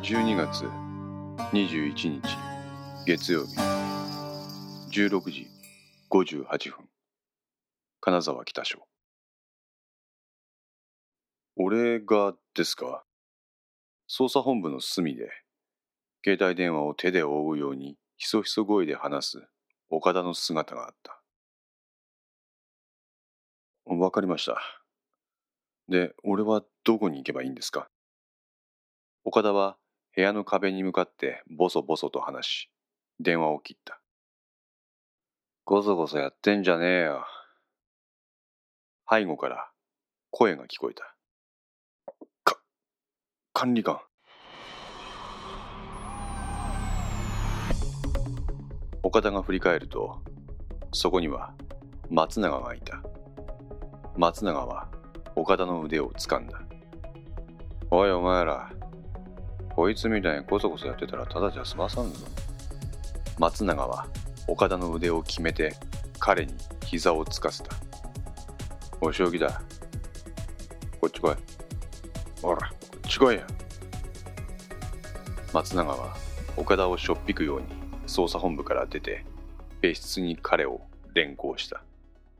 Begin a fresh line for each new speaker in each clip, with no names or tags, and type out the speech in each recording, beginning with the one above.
12月21日月曜日16時58分金沢北署。俺がですか？捜査本部の隅で携帯電話を手で覆うようにひそひそ声で話す岡田の姿があった。わかりました。で、俺はどこに行けばいいんですか？岡田は部屋の壁に向かってボソボソと話し、電話を切った。ゴソゴソやってんじゃねえよ。背後から声が聞こえた。管理官。岡田が振り返ると、そこには松永がいた。松永は岡田の腕を掴んだ。おいお前ら、こいつみたいにコソコソやってたらただじゃ済まさんぞ。松永は岡田の腕を決めて彼に膝をつかせた。お正気だ。こっち来い。ほら、こっち来いや。松永は岡田をしょっぴくように捜査本部から出て別室に彼を連行した。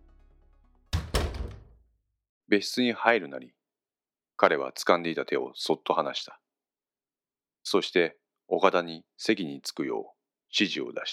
別室に入るなり、彼は掴んでいた手をそっと離した。そして岡田に席に着くよう指示を出した。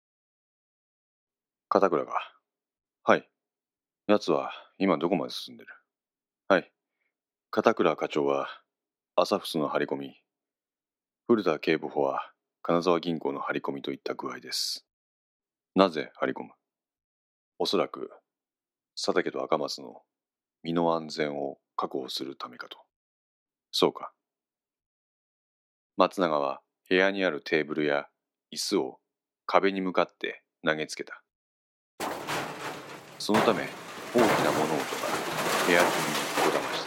片倉が。はい。奴は今どこまで進んでる？はい。片倉課長は朝フスの張り込み、古田警部補は金沢銀行の張り込みといった具合です。なぜ張り込む？おそらく佐竹と赤松の身の安全を確保するためかと。そうか。松永は部屋にあるテーブルや椅子を壁に向かって投げつけた。そのため大きな物音が部屋中にこだました。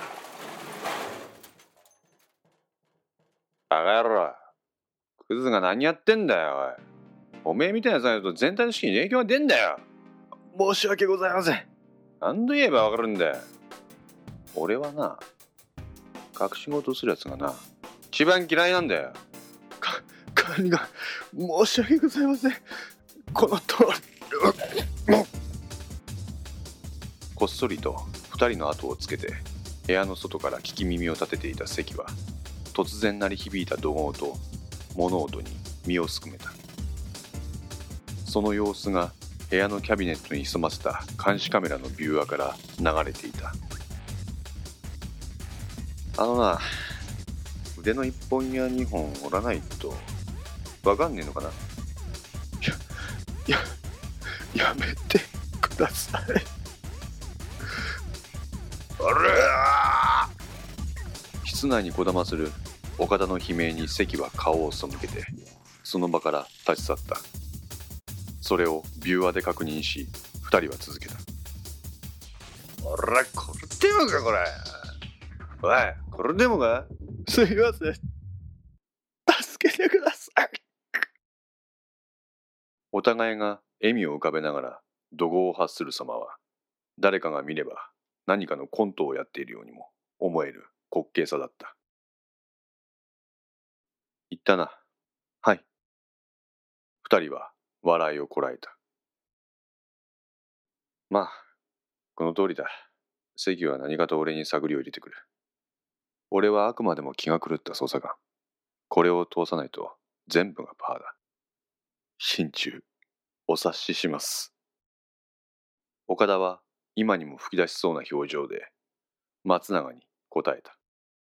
バカ野郎、クズが何やってんだよ。おい、おめえみたいなやつがいると全体の士気に影響が出んだよ。申し訳ございません。何度言えばわかるんだよ。俺はな、隠し事するやつがな、一番嫌いなんだよ。管理が申し訳ございません。この通り。こっそりと二人の後をつけて部屋の外から聞き耳を立てていた関は、突然鳴り響いた怒号と物音に身をすくめた。その様子が部屋のキャビネットに潜ませた監視カメラのビューアーから流れていた。腕の一本や二本折らないとわかんねえのかな。やめてください。室内にこだまする岡田の悲鳴に関は顔を背けてその場から立ち去った。それをビューアーで確認し、二人は続けた。これでもかこれ。おい、これでもか。すいません。助けてください。お互いが笑みを浮かべながら怒号を発する様は、誰かが見れば何かのコントをやっているようにも思える滑稽さだった。言ったな。はい。二人は笑いをこらえた。まあ、この通りだ。関は何かと俺に探りを入れてくる。俺はあくまでも気が狂った捜査官。これを通さないと全部がパーだ。心中、お察しします。岡田は今にも吹き出しそうな表情で松永に答えた。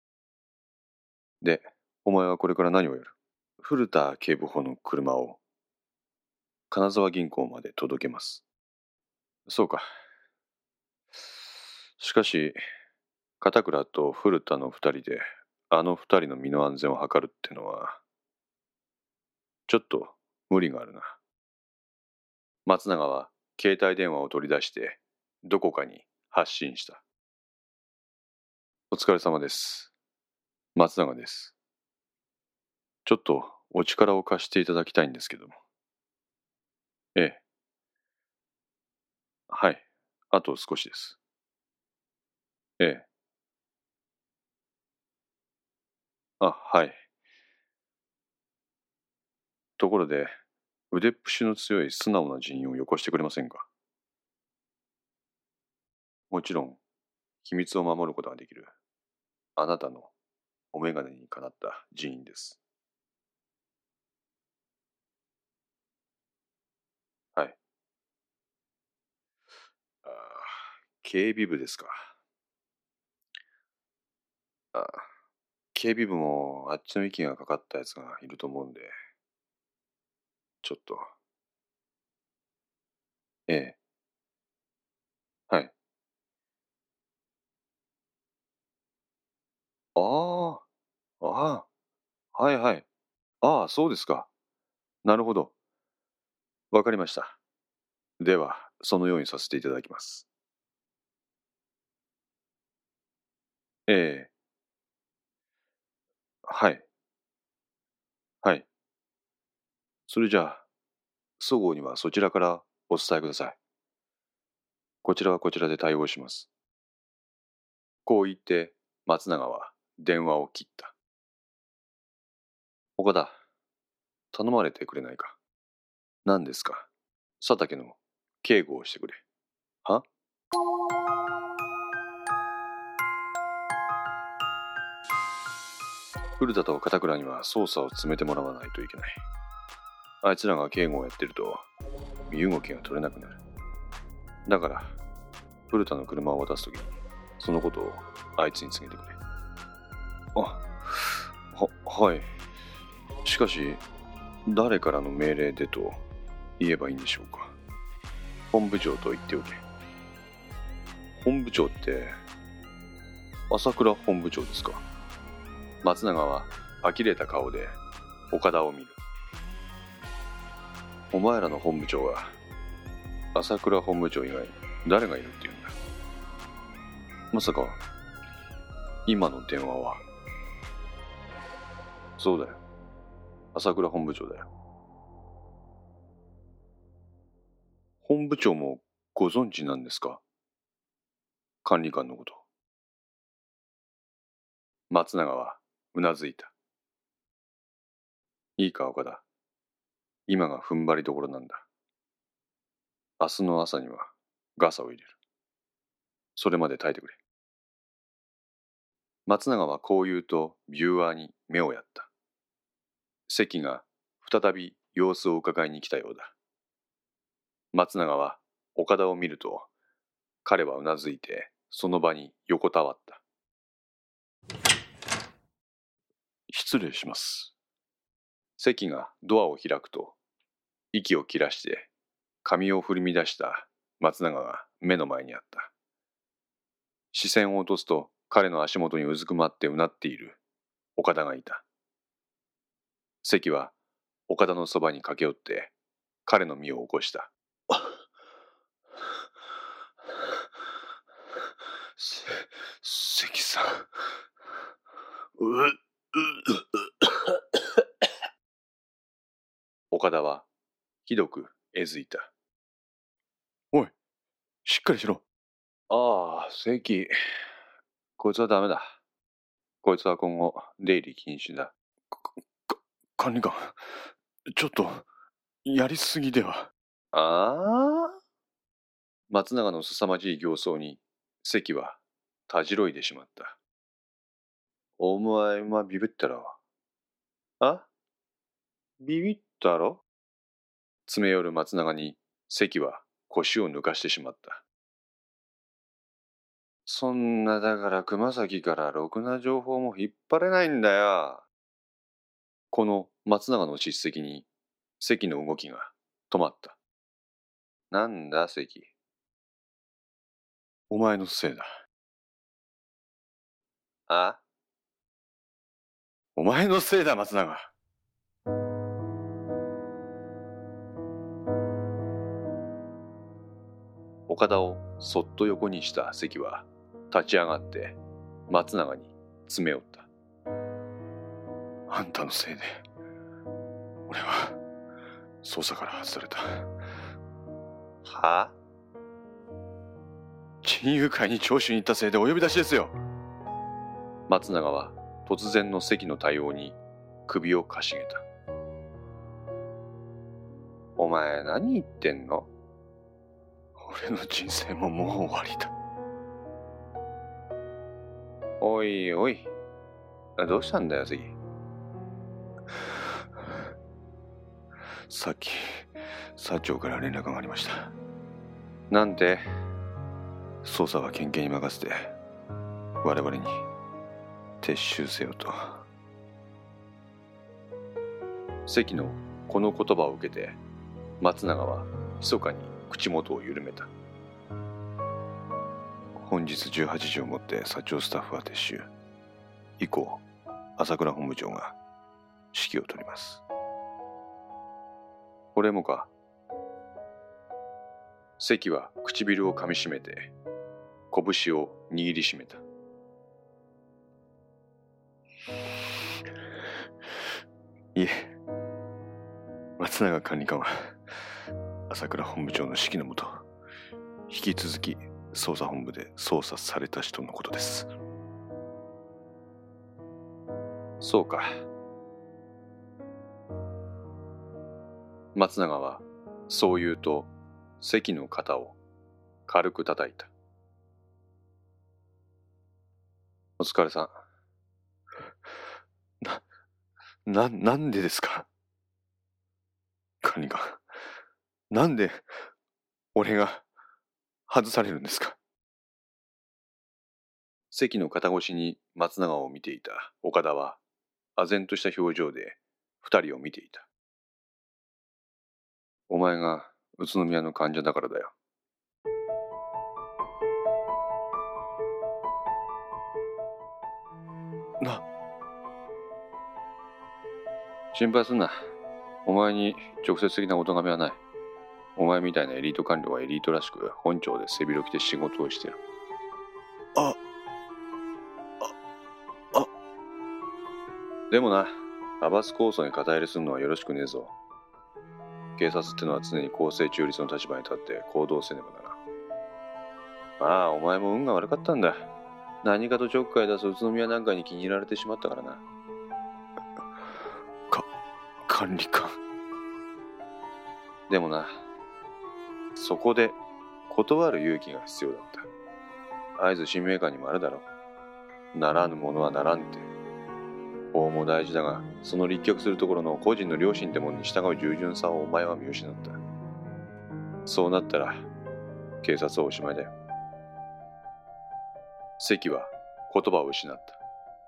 で、お前はこれから何をやる？古田警部補の車を金沢銀行まで届けます。そうか。しかし、片倉と古田の二人であの二人の身の安全を図るってのはちょっと無理があるな。松永は携帯電話を取り出してどこかに発信した。お疲れ様です。松永です。ちょっとお力を貸していただきたいんですけども。ええ。はい。あと少しです。ええ。あ、はい。 ところで、腕っぷしの強い素直な人員をよこしてくれませんか？もちろん、秘密を守ることができる、あなたのお眼鏡にかなった人員です。はい。あー警備部ですか。あー警備部もあっちの息がかかったやつがいると思うんで、ちょっと。ええ。はい。ああ、ああ、はいはい。ああ、そうですか。なるほど。わかりました。では、そのようにさせていただきます。ええ。はい。はい。それじゃあ、そごうにはそちらからお伝えください。こちらはこちらで対応します。こう言って、松永は電話を切った。岡田、頼まれてくれないか。何ですか？佐竹の警護をしてくれ。は？古田と片倉には捜査を進めてもらわないといけない。あいつらが警護をやってると、身動きが取れなくなる。だから、古田の車を渡すときに、そのことをあいつに告げてくれ。はい。しかし、誰からの命令でと言えばいいんでしょうか。本部長と言っておけ。本部長って、朝倉本部長ですか。松永は呆れた顔で岡田を見る。お前らの本部長は朝倉本部長以外に誰がいるって言うんだ。まさか今の電話は。そうだよ、朝倉本部長だよ。本部長もご存知なんですか？管理官のこと。松永はうなずいた。いいか岡田、今が踏ん張りどころなんだ。明日の朝にはガサを入れる。それまで耐えてくれ。松永はこう言うとビューアーに目をやった。関が再び様子を伺いに来たようだ。松永は岡田を見ると、彼はうなずいてその場に横たわった。失礼します。関がドアを開くと、息を切らして髪を振り乱した松永が目の前にあった。視線を落とすと彼の足元にうずくまってうなっている岡田がいた。関は岡田のそばに駆け寄って彼の身を起こした。関さん。岡田はひどくえずいた。おい、しっかりしろ。ああ、関。こいつはダメだ。こいつは今後出入り禁止だ。管理官、ちょっとやりすぎでは。ああ？松永の凄まじい形相に関はたじろいでしまった。お前今ビビったろ。あ？ビビったろ？詰め寄る松永に関は腰を抜かしてしまった。そんなだから熊崎からろくな情報も引っ張れないんだよ。この松永の叱責に関の動きが止まった。なんだ関。お前のせいだ。あ？お前のせいだ松永。岡田をそっと横にした関は立ち上がって松永に詰め寄った。あんたのせいで俺は捜査から外された。はあ？金融会に聴取に行ったせいでお呼び出しですよ。松永は突然の関の対応に首をかしげた。 お前何言ってんの？俺の人生ももう終わりだ。おいおい、どうしたんだよ、関。さっき、社長から連絡がありました。なんて？捜査は県警に任せて、我々に撤収せよと。関のこの言葉を受けて、松永は密かに口元を緩めた。本日18時をもって社長スタッフは撤収。以降、朝倉本部長が指揮を執ります。これもか。関は唇を噛みしめて、拳を握りしめた。いえ、松永管理官は朝倉本部長の指揮のもと、引き続き捜査本部で捜査された人のことです。そうか。松永はそう言うと関の肩を軽く叩いた。お疲れさん。なんでですか？管理官、なんで俺が外されるんですか？関の肩越しに松永を見ていた岡田は唖然とした表情で二人を見ていた。お前が宇都宮の患者だからだよ。心配すんな。お前に直接的なお咎めはない。お前みたいなエリート官僚はエリートらしく本庁で背広着て仕事をしてる。でもな、派閥構想に肩入れするのはよろしくねえぞ。警察ってのは常に公正中立の立場に立って行動せねばならん。まあお前も運が悪かったんだ。何かとちょっかい出す宇都宮なんかに気に入られてしまったからな。管理官。でもな、そこで断る勇気が必要だった。合図新名官にもあるだろう。ならぬものはならんって。法も大事だが、その立脚するところの個人の良心ってもんに従う従順さをお前は見失った。そうなったら警察はおしまいだよ。関は言葉を失った。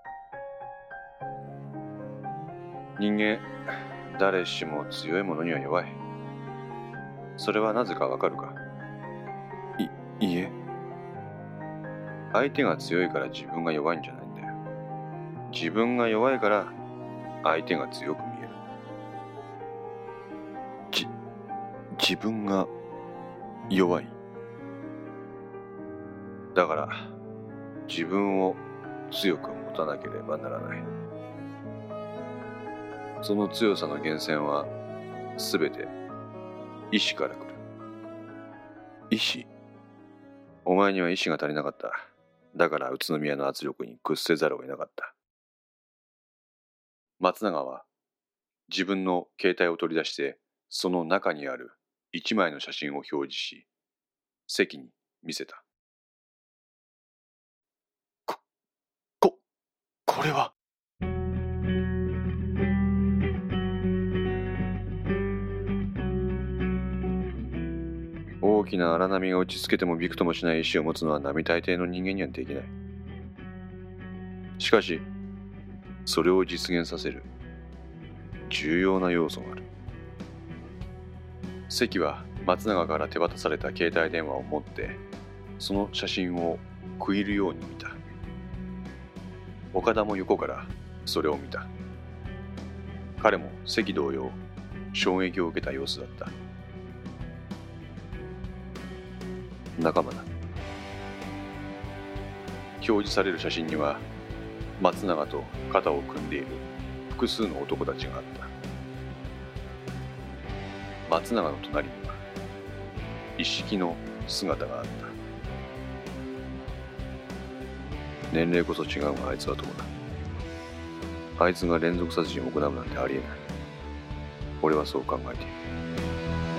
人間、誰しも強いものには弱い。それはなぜかわかるか？いいえ。相手が強いから自分が弱いんじゃないんだよ。自分が弱いから相手が強く見えるんだ。自分が弱い。だから自分を強く持たなければならない。その強さの源泉はすべて意志から来る。意志？お前には意志が足りなかった。だから宇都宮の圧力に屈せざるを得なかった。松永は自分の携帯を取り出してその中にある一枚の写真を表示し関に見せた。これは。大きな荒波が打ちつけてもびくともしない意志を持つのは並大抵の人間にはできない。しかしそれを実現させる重要な要素がある。関は松永から手渡された携帯電話を持ってその写真を食い入るように見た。岡田も横からそれを見た。彼も関同様衝撃を受けた様子だった。仲間だ。表示される写真には松永と肩を組んでいる複数の男たちがあった。松永の隣には一色の姿があった。年齢こそ違うがあいつは友だ。あいつが連続殺人を行うなんてありえない。俺はそう考えている。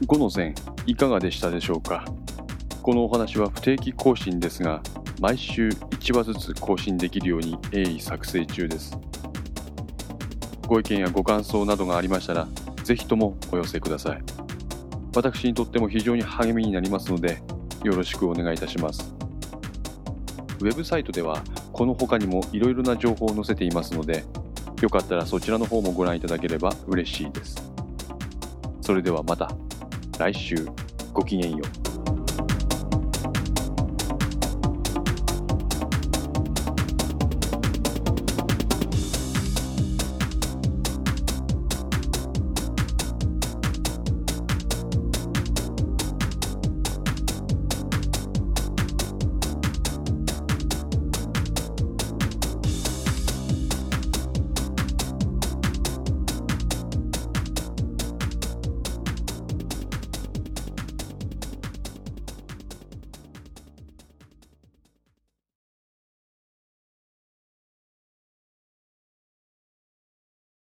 5の線いかがでしたでしょうか。このお話は不定期更新ですが、毎週1話ずつ更新できるように鋭意作成中です。ご意見やご感想などがありましたら、ぜひともお寄せください。私にとっても非常に励みになりますので、よろしくお願いいたします。ウェブサイトではこの他にもいろいろな情報を載せていますので、よかったらそちらの方もご覧いただければ嬉しいです。それではまた来週、ごきげんよう。